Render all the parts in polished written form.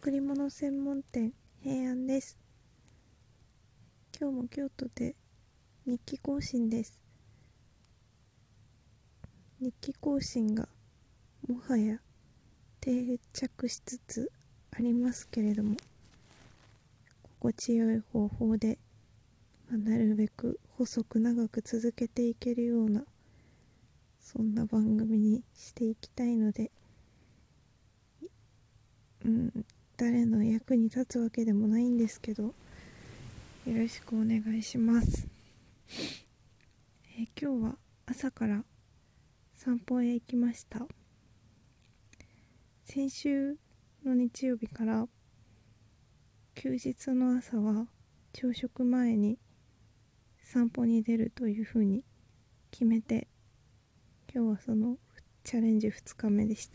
贈り物専門店平安です。今日も京都で日記更新です。日記更新がもはや定着しつつありますけれども、心地よい方法で、なるべく細く長く続けていけるような、そんな番組にしていきたいので、誰の役に立つわけでもないんですけど、よろしくお願いします。今日は朝から散歩へ行きました。先週の日曜日から休日の朝は朝食前に散歩に出るというふうに決めて、今日はそのチャレンジ2日目でした。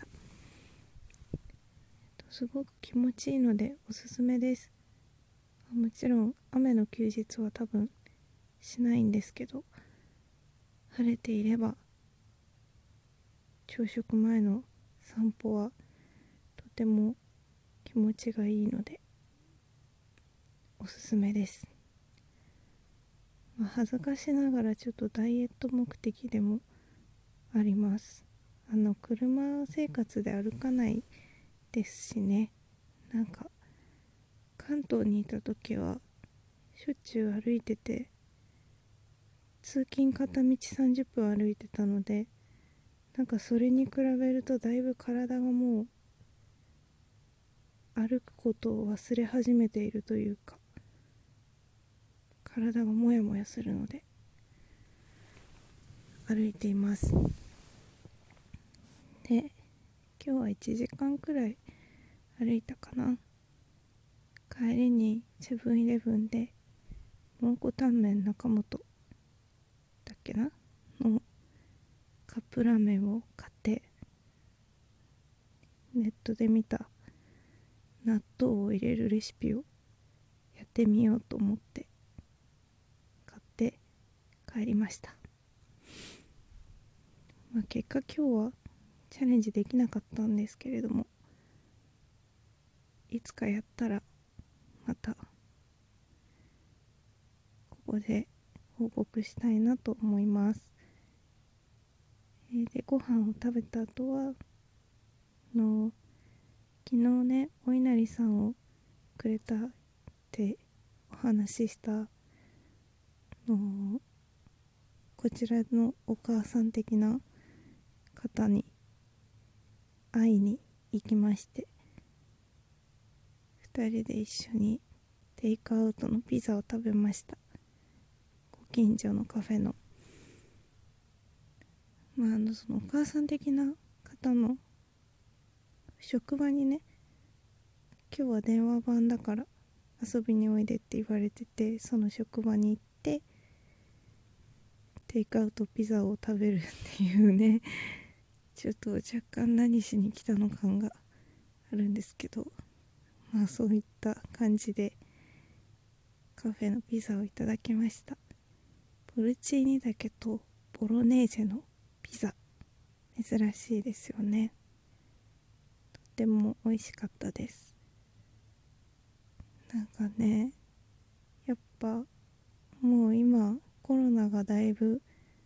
すごく気持ちいいのでおすすめです。もちろん雨の休日は多分しないんですけど、晴れていれば朝食前の散歩はとても気持ちがいいのでおすすめです。恥ずかしながらちょっとダイエット目的でもあります。車生活で歩かないですしね。関東にいた時はしょっちゅう歩いてて、通勤片道30分歩いてたので、それに比べるとだいぶ体がもう歩くことを忘れ始めているというか、体がモヤモヤするので歩いています。で、今日は1時間くらい歩いたかな。帰りにセブンイレブンで蒙古タンメン中本だっけなのカップラーメンを買って、ネットで見た納豆を入れるレシピをやってみようと思って買って帰りました。結果今日はチャレンジできなかったんですけれども、いつかやったらまたここで報告したいなと思います。で、ご飯を食べた後は昨日ね、お稲荷さんをくれたってお話ししたのこちらのお母さん的な方に会いに行きまして、2人で一緒にテイクアウトのピザを食べました。ご近所のカフェのそのお母さん的な方の職場にね、今日は電話番だから遊びにおいでって言われてて、その職場に行ってテイクアウトピザを食べるっていうね、ちょっと若干何しに来たの感があるんですけど、そういった感じでカフェのピザをいただきました。ポルチーニだけとボロネーゼのピザ、珍しいですよね。とても美味しかったです。やっぱもう今コロナがだいぶ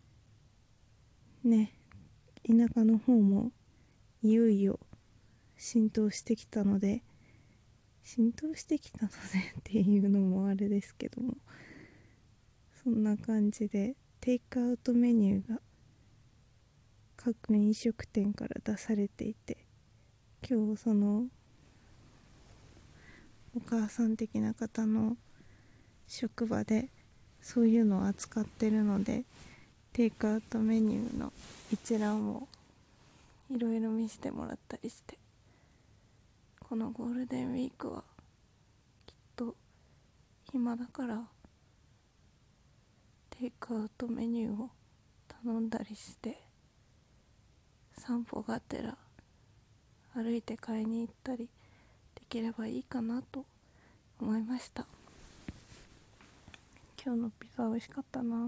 ね、田舎の方もいよいよ浸透してきたのでっていうのもあれですけども、そんな感じでテイクアウトメニューが各飲食店から出されていて、今日そのお母さん的な方の職場でそういうのを扱ってるので、テイクアウトメニューの一覧をいろいろ見せてもらったりして、このゴールデンウィークはきっと暇だからテイクアウトメニューを頼んだりして、散歩がてら歩いて買いに行ったりできればいいかなと思いました。今日のピザ美味しかったな。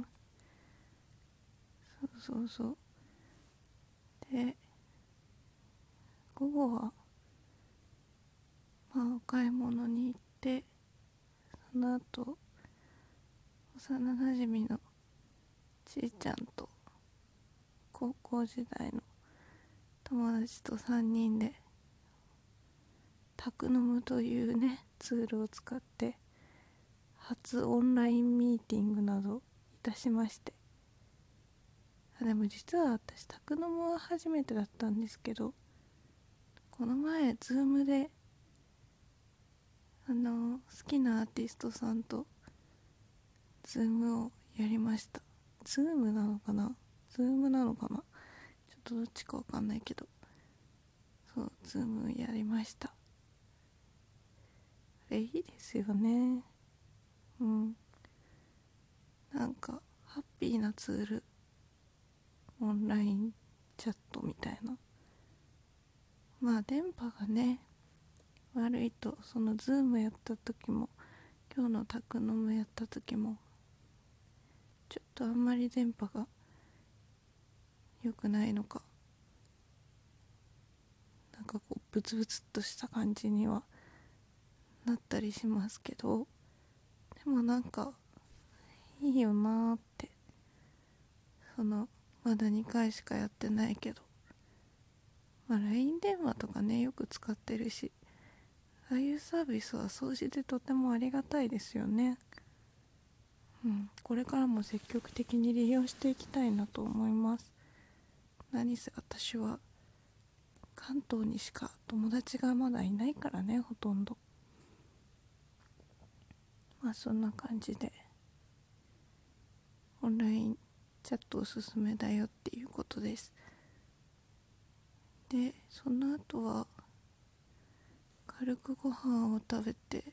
そうで、午後はお買い物に行って、その後幼なじみのちいちゃんと高校時代の友達と3人でタクノムというねツールを使って初オンラインミーティングなどいたしまして、でも実は私タクノムは初めてだったんですけど、この前ズームで好きなアーティストさんとズームをやりました。ズームなのかな、ズームなのかな、ちょっとどっちかわかんないけど、そうズームやりました。あれいいですよね。なんかハッピーなツール、オンラインチャットみたいな。まあ電波がね悪いと、そのズームやった時も今日のタクノムやった時もちょっとあんまり電波が良くないのか、なんかこうブツブツっとした感じにはなったりしますけど、でもなんかいいよなーって。まだ2回しかやってないけど、LINE 電話とかねよく使ってるし、ああいうサービスは総じてとてもありがたいですよね。これからも積極的に利用していきたいなと思います。何せ私は関東にしか友達がまだいないからね、ほとんど。そんな感じでオンラインチャットおすすめだよっていうことです。でその後は軽くご飯を食べて、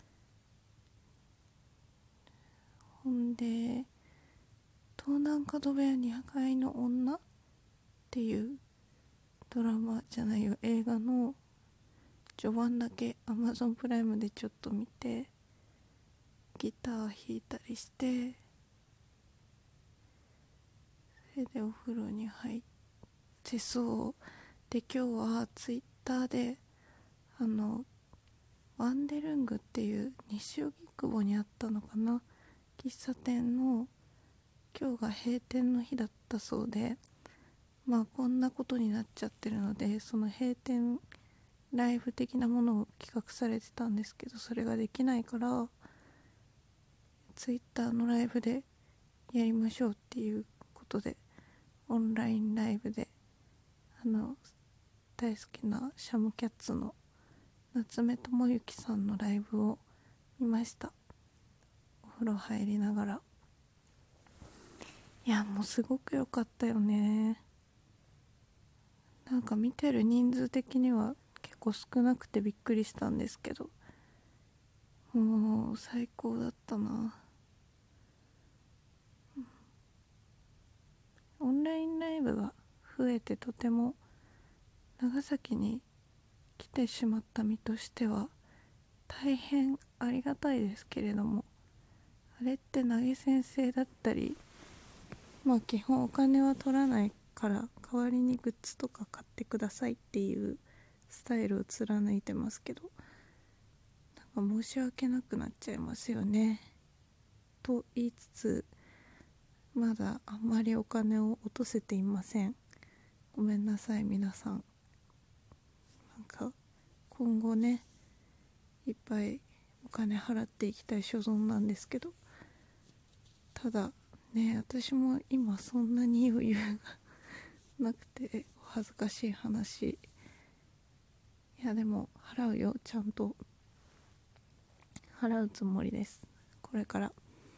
ほんで東南角部屋2階の女っていうドラマじゃないよ、映画の序盤だけ Amazon プライムでちょっと見て、ギター弾いたりして、それでお風呂に入ってそうで、今日はツイッターでワンデルングっていう西荻窪にあったのかな、喫茶店の今日が閉店の日だったそうで、こんなことになっちゃってるので、その閉店ライブ的なものを企画されてたんですけど、それができないからツイッターのライブでやりましょうっていうことで、オンラインライブで大好きなシャムキャッツの夏目智之さんのライブを見ました。お風呂入りながら。いやもうすごく良かったよね。なんか見てる人数的には結構少なくてびっくりしたんですけど、もう最高だったな。オンラインライブが増えてとても長崎に来てしまった身としては大変ありがたいですけれども、あれって投げ先生だったり、基本お金は取らないから代わりにグッズとか買ってくださいっていうスタイルを貫いてますけど、なんか申し訳なくなっちゃいますよねと言いつつ、まだあんまりお金を落とせていません。ごめんなさい皆さん。なんか今後ねいっぱいお金払っていきたい所存なんですけど、ただね私も今そんなに余裕がなくてお恥ずかしい話。いやでも払うよ、ちゃんと払うつもりです、これから。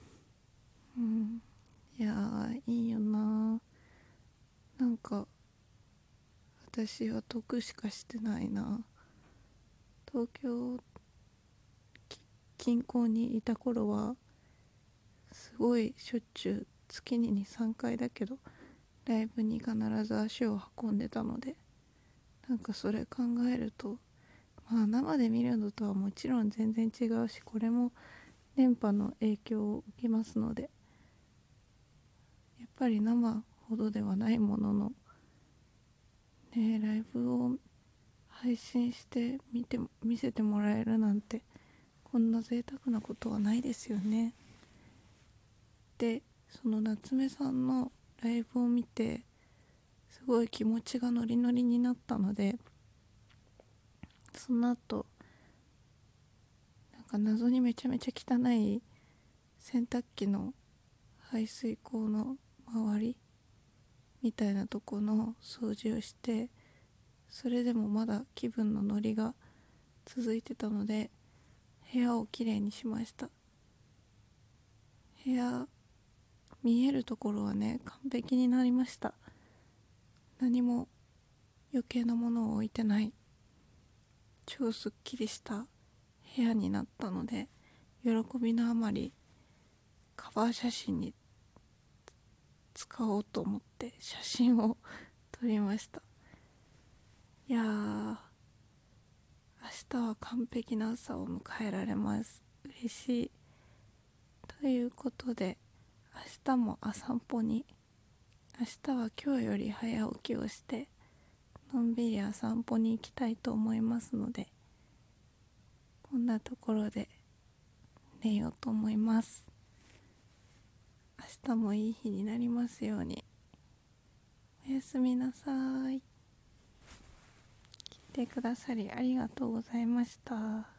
いやいいよな。なんか私は得しかしてないな。東京近郊にいた頃はすごいしょっちゅう月に2、3回だけどライブに必ず足を運んでたので、なんかそれ考えると生で見るのとはもちろん全然違うし、これも電波の影響を受けますので、やっぱり生ほどではないもののね、ライブを配信して見せてもらえるなんて、こんな贅沢なことはないですよね。で、その夏目さんのライブを見てすごい気持ちがノリノリになったので、その後なんか謎にめちゃめちゃ汚い洗濯機の排水口の周りみたいなとこの掃除をして、それでもまだ気分のノリが続いてたので部屋をきれいにしました。部屋見えるところはね、完璧になりました。何も余計なものを置いてない超すっきりした部屋になったので、喜びのあまりカバー写真に使おうと思って写真を撮りました。いやー、明日は完璧な朝を迎えられます。嬉しい。ということで、明日も散歩に、明日は今日より早起きをしてのんびり散歩に行きたいと思いますので、こんなところで寝ようと思います。明日もいい日になりますように。おやすみなさい。来てくださりありがとうございました。